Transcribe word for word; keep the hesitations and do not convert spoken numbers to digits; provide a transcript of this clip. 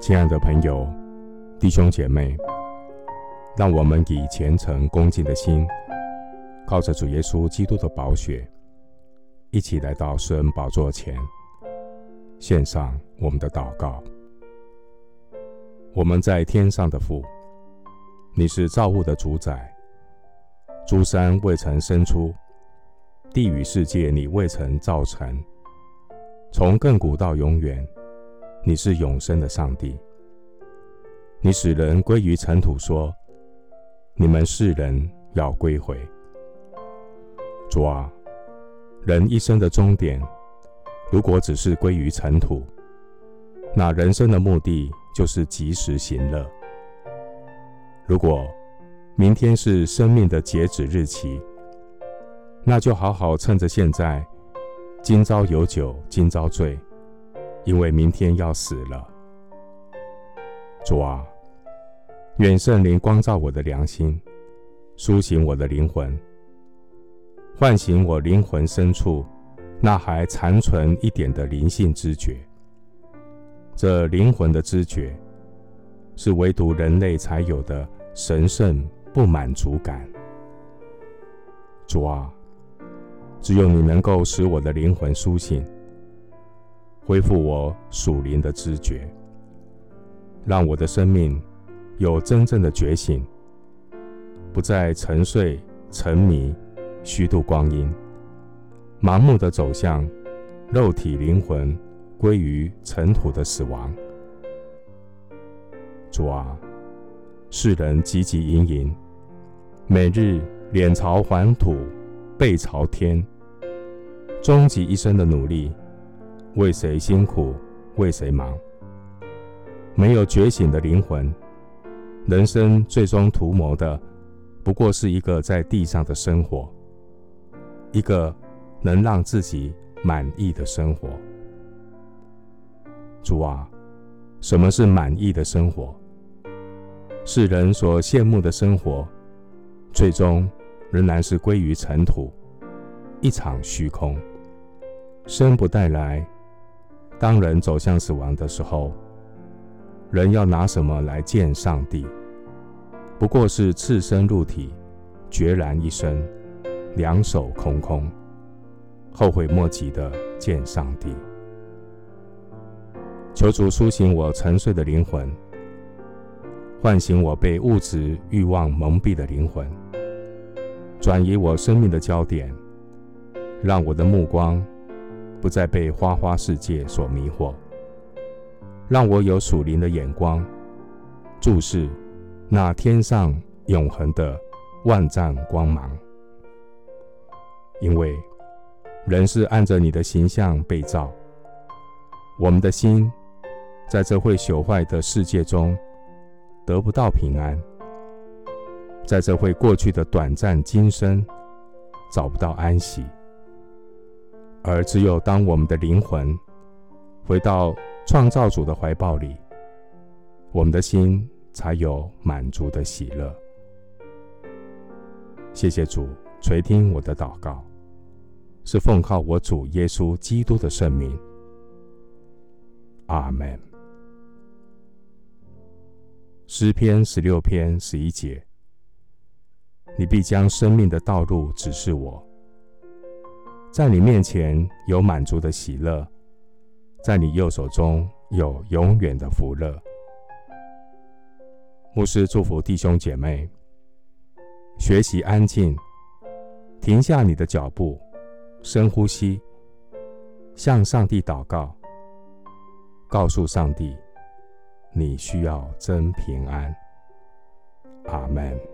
亲爱的朋友、弟兄姐妹，让我们以虔诚恭敬的心，靠着主耶稣基督的宝血，一起来到施恩宝座前，献上我们的祷告。我们在天上的父，你是造物的主宰，诸山未曾生出，地与世界你未曾造成，从亘古到永远，你是永生的上帝。你使人归于尘土，说：你们世人要归回。主啊，人一生的终点，如果只是归于尘土，那人生的目的就是及时行乐。如果明天是生命的截止日期，那就好好趁着现在，今朝有酒今朝醉，因为明天要死了。主啊，愿圣灵光照我的良心，苏醒我的灵魂，唤醒我灵魂深处那还残存一点的灵性知觉。这灵魂的知觉，是唯独人类才有的神圣不满足感。主啊，只有你能够使我的灵魂苏醒，恢复我属灵的知觉，让我的生命有真正的觉醒，不再沉睡沉迷虚度光阴，盲目地走向肉体灵魂归于尘土的死亡。主啊，世人汲汲营营，每日脸朝黄土背朝天，终极一生的努力，为谁辛苦为谁忙。没有觉醒的灵魂，人生最终图谋的不过是一个在地上的生活，一个能让自己满意的生活。主啊，什么是满意的生活？世人所羡慕的生活，最终仍然是归于尘土，一场虚空，生不带来。当人走向死亡的时候，人要拿什么来见上帝？不过是赤身入体，决然一生，两手空空，后悔莫及的见上帝。求主苏醒我沉睡的灵魂，唤醒我被物质欲望蒙蔽的灵魂，转移我生命的焦点，让我的目光不再被花花世界所迷惑，让我有属灵的眼光，注视那天上永恒的万丈光芒。因为人是按着你的形象被造，我们的心在这会朽坏的世界中得不到平安，在这会过去的短暂今生找不到安息。而只有当我们的灵魂回到创造主的怀抱里，我们的心才有满足的喜乐。谢谢主垂听我的祷告，是奉靠我主耶稣基督的圣名。阿们。诗篇十六篇十一节，你必将生命的道路指示我，在你面前有满足的喜乐，在你右手中有永远的福乐。牧师祝福弟兄姐妹，学习安静，停下你的脚步，深呼吸，向上帝祷告，告诉上帝，你需要真平安。阿们。